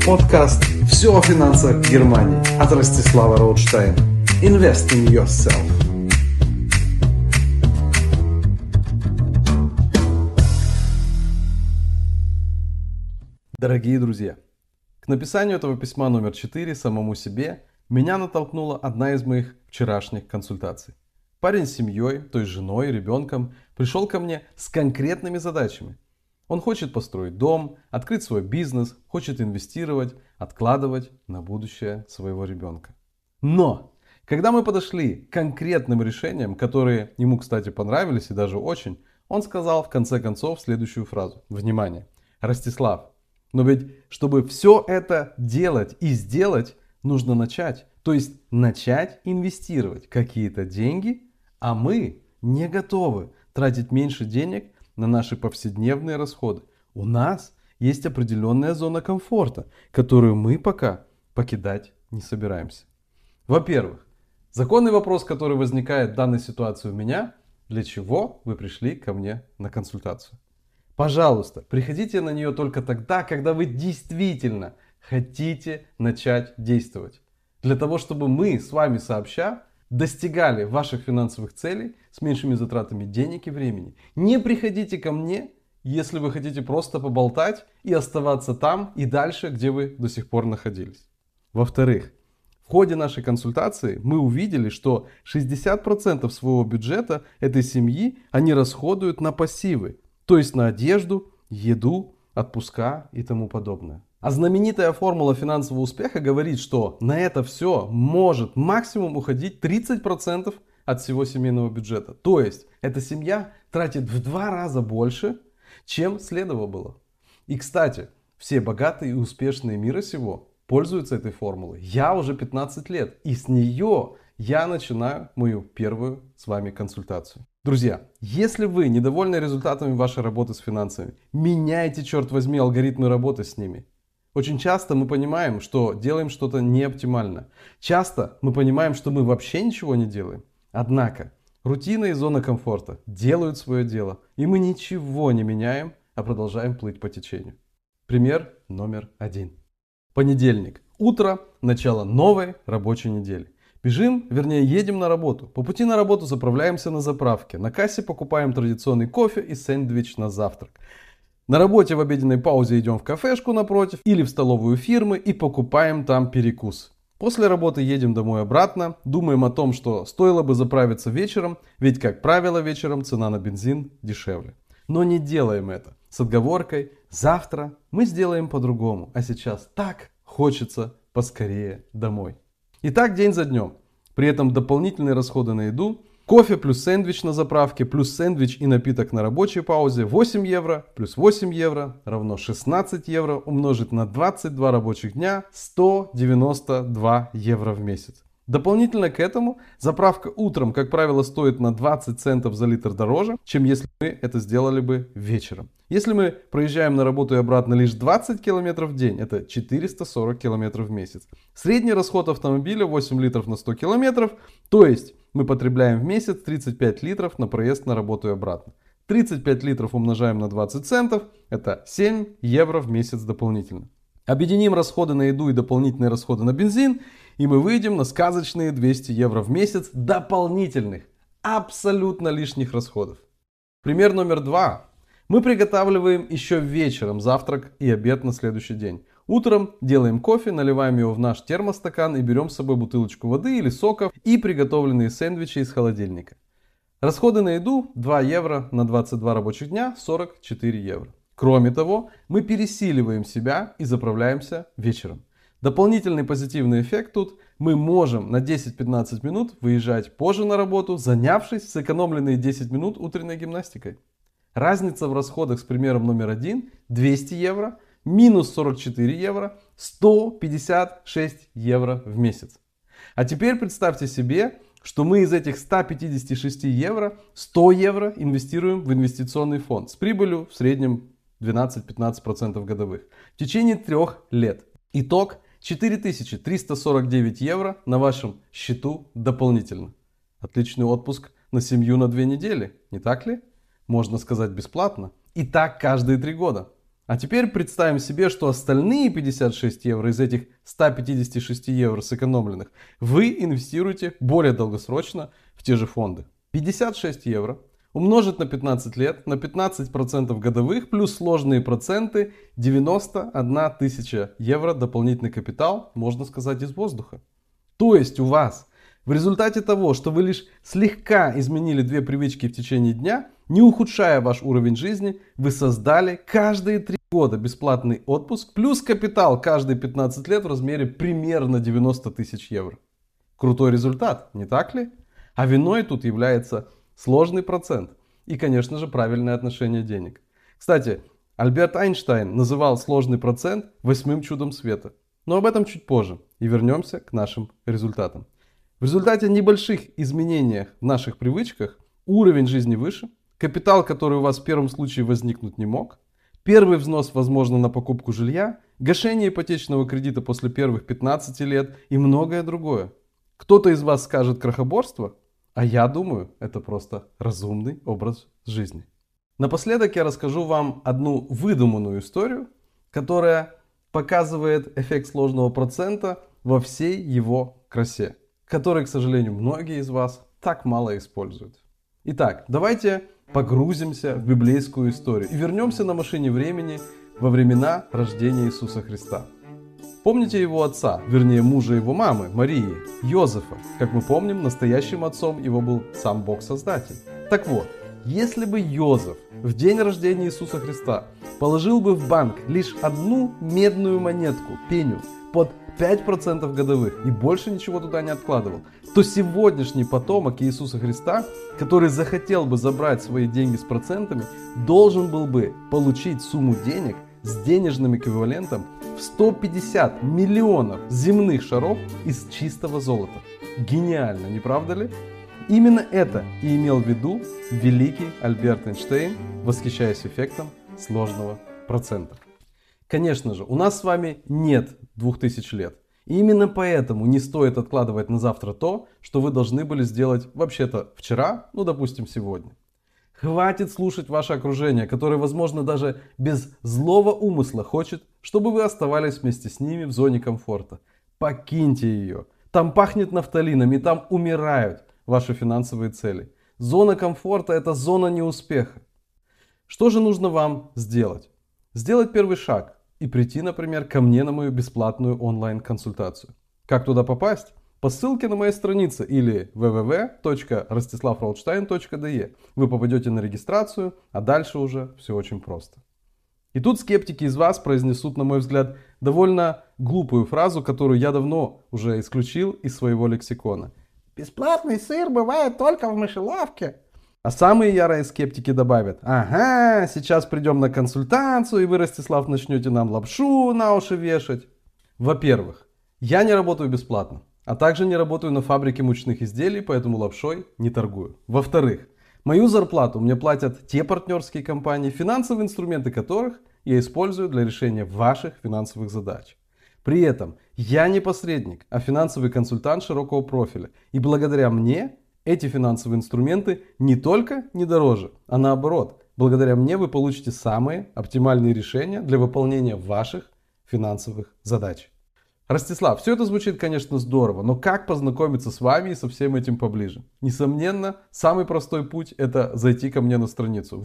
Подкаст «Все о финансах Германии» от Ростислава Роудштейна. Invest in yourself. Дорогие друзья, к написанию этого письма номер 4 самому себе меня натолкнула одна из моих вчерашних консультаций. Парень с семьей, то есть женой, ребенком, пришел ко мне с конкретными задачами. Он хочет построить дом, открыть свой бизнес, хочет инвестировать, откладывать на будущее своего ребенка. Но, когда мы подошли к конкретным решениям, которые ему, кстати, понравились и даже очень, он сказал в конце концов следующую фразу. Внимание! Ростислав, но ведь, чтобы все это делать и сделать, нужно начать. То есть начать инвестировать какие-то деньги, а мы не готовы тратить меньше денег на наши повседневные расходы. У нас есть определенная зона комфорта, которую мы пока покидать не собираемся. Во-первых, законный вопрос, который возникает в данной ситуации у меня, для чего вы пришли ко мне на консультацию? Пожалуйста, приходите на нее только тогда, когда вы действительно хотите начать действовать. Для того, чтобы мы с вами сообща достигали ваших финансовых целей с меньшими затратами денег и времени. Не приходите ко мне, если вы хотите просто поболтать и оставаться там и дальше, где вы до сих пор находились. Во-вторых, в ходе нашей консультации мы увидели, что 60% своего бюджета этой семьи они расходуют на пассивы. То есть на одежду, еду, отпуска и тому подобное. А знаменитая формула финансового успеха говорит, что на это все может максимум уходить 30% от всего семейного бюджета. То есть эта семья тратит в 2 раза больше, чем следовало было. И кстати, все богатые и успешные мира сего пользуются этой формулой. Я уже 15 лет, и с нее я начинаю мою первую с вами консультацию. Друзья, если вы недовольны результатами вашей работы с финансами, меняйте, черт возьми, алгоритмы работы с ними. Очень часто мы понимаем, что делаем что-то неоптимально. Часто мы понимаем, что мы вообще ничего не делаем. Однако, рутина и зона комфорта делают свое дело, и мы ничего не меняем, а продолжаем плыть по течению. Пример номер 1. Понедельник. Утро, начало новой рабочей недели. Едем на работу. По пути на работу заправляемся на заправке. На кассе покупаем традиционный кофе и сэндвич на завтрак. На работе в обеденной паузе идем в кафешку напротив или в столовую фирмы и покупаем там перекус. После работы едем домой обратно, думаем о том, что стоило бы заправиться вечером, ведь, как правило, вечером цена на бензин дешевле. Но не делаем это с отговоркой «завтра мы сделаем по-другому, а сейчас так хочется поскорее домой». И так день за днем. При этом дополнительные расходы на еду, кофе плюс сэндвич на заправке, плюс сэндвич и напиток на рабочей паузе 8 евро, плюс 8 евро равно 16 евро умножить на 22 рабочих дня 192 евро в месяц. Дополнительно к этому заправка утром, как правило, стоит на 20 центов за литр дороже, чем если мы это сделали бы вечером. Если мы проезжаем на работу и обратно лишь 20 километров в день, это 440 километров в месяц. Средний расход автомобиля 8 литров на 100 километров, то есть мы потребляем в месяц 35 литров на проезд на работу и обратно. 35 литров умножаем на 20 центов, это 7 евро в месяц дополнительно. Объединим расходы на еду и дополнительные расходы на бензин, и мы выйдем на сказочные 200 евро в месяц дополнительных, абсолютно лишних расходов. Пример номер 2. Мы приготавливаем еще вечером завтрак и обед на следующий день. Утром делаем кофе, наливаем его в наш термостакан и берем с собой бутылочку воды или соков и приготовленные сэндвичи из холодильника. Расходы на еду 2 евро на 22 рабочих дня 44 евро. Кроме того, мы пересиливаем себя и заправляемся вечером. Дополнительный позитивный эффект тут: мы можем на 10-15 минут выезжать позже на работу, занявшись сэкономленные 10 минут утренней гимнастикой. Разница в расходах с примером номер 1 200 евро, минус 44 евро, 156 евро в месяц. А теперь представьте себе, что мы из этих 156 евро 100 евро инвестируем в инвестиционный фонд с прибылью в среднем 12-15% годовых в течение 3 лет. Итог: 4349 евро на вашем счету дополнительно. Отличный отпуск на семью на 2 недели, не так ли? Можно сказать, бесплатно. И так каждые 3 года. А теперь представим себе, что остальные 56 евро из этих 156 евро сэкономленных вы инвестируете более долгосрочно в те же фонды. 56 евро умножить на 15 лет, на 15% годовых, плюс сложные проценты, 91 тысяча евро дополнительный капитал, можно сказать, из воздуха. То есть у вас в результате того, что вы лишь слегка изменили две привычки в течение дня, не ухудшая ваш уровень жизни, вы создали каждые 3 года бесплатный отпуск, плюс капитал каждые 15 лет в размере примерно 90 тысяч евро. Крутой результат, не так ли? А виной тут является сложный процент и, конечно же, правильное отношение денег. Кстати, Альберт Эйнштейн называл сложный процент 8-м чудом света. Но об этом чуть позже. И вернемся к нашим результатам. В результате небольших изменений в наших привычках уровень жизни выше, капитал, который у вас в первом случае возникнуть не мог, первый взнос, возможно, на покупку жилья, гашение ипотечного кредита после первых 15 лет и многое другое. Кто-то из вас скажет крохоборство, а я думаю, это просто разумный образ жизни. Напоследок я расскажу вам одну выдуманную историю, которая показывает эффект сложного процента во всей его красе, который, к сожалению, многие из вас так мало используют. Итак, давайте погрузимся в библейскую историю и вернемся на машине времени во времена рождения Иисуса Христа. Помните его отца, вернее мужа его мамы, Марии, Йозефа. Как мы помним, настоящим отцом его был сам Бог-Создатель. Так вот, если бы Йозеф в день рождения Иисуса Христа положил бы в банк лишь одну медную монетку, пеню, под 5% годовых и больше ничего туда не откладывал, то сегодняшний потомок Иисуса Христа, который захотел бы забрать свои деньги с процентами, должен был бы получить сумму денег с денежным эквивалентом в 150 миллионов земных шаров из чистого золота. Гениально, не правда ли? Именно это и имел в виду великий Альберт Эйнштейн, восхищаясь эффектом сложного процента. Конечно же, у нас с вами нет 2000 лет. И именно поэтому не стоит откладывать на завтра то, что вы должны были сделать вообще-то вчера, ну допустим сегодня. Хватит слушать ваше окружение, которое, возможно, даже без злого умысла хочет, чтобы вы оставались вместе с ними в зоне комфорта. Покиньте ее. Там пахнет нафталином и там умирают ваши финансовые цели. Зона комфорта – это зона неуспеха. Что же нужно вам сделать? Сделать первый шаг и прийти, например, ко мне на мою бесплатную онлайн-консультацию. Как туда попасть? По ссылке на моей странице или www.rostislavrothstein.de вы попадете на регистрацию, а дальше уже все очень просто. И тут скептики из вас произнесут, на мой взгляд, довольно глупую фразу, которую я давно уже исключил из своего лексикона. Бесплатный сыр бывает только в мышеловке. А самые ярые скептики добавят: ага, сейчас придем на консультацию, и вы, Ростислав, начнете нам лапшу на уши вешать. Во-первых, я не работаю бесплатно, а также не работаю на фабрике мучных изделий, поэтому лапшой не торгую. Во-вторых, мою зарплату мне платят те партнерские компании, финансовые инструменты которых я использую для решения ваших финансовых задач. При этом я не посредник, а финансовый консультант широкого профиля. И благодаря мне эти финансовые инструменты не только не дороже, а наоборот, благодаря мне вы получите самые оптимальные решения для выполнения ваших финансовых задач. Ростислав, все это звучит, конечно, здорово, но как познакомиться с вами и со всем этим поближе? Несомненно, самый простой путь – это зайти ко мне на страницу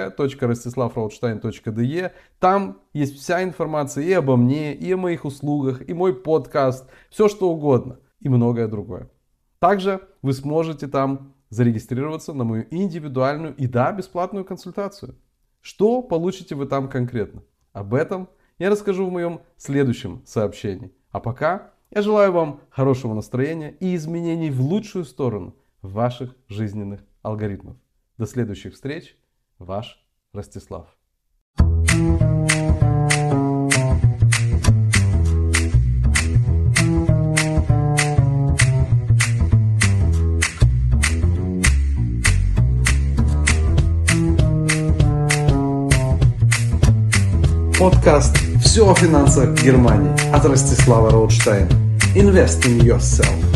www.rostislavrothstein.de. Там есть вся информация и обо мне, и о моих услугах, и мой подкаст, все что угодно и многое другое. Также вы сможете там зарегистрироваться на мою индивидуальную и да, бесплатную консультацию. Что получите вы там конкретно? Об этом я расскажу в моем следующем сообщении. А пока я желаю вам хорошего настроения и изменений в лучшую сторону ваших жизненных алгоритмов. До следующих встреч. Ваш Ростислав. Подкаст «Все о финансах Германии» от Ростислава Роутштейна. Invest in yourself.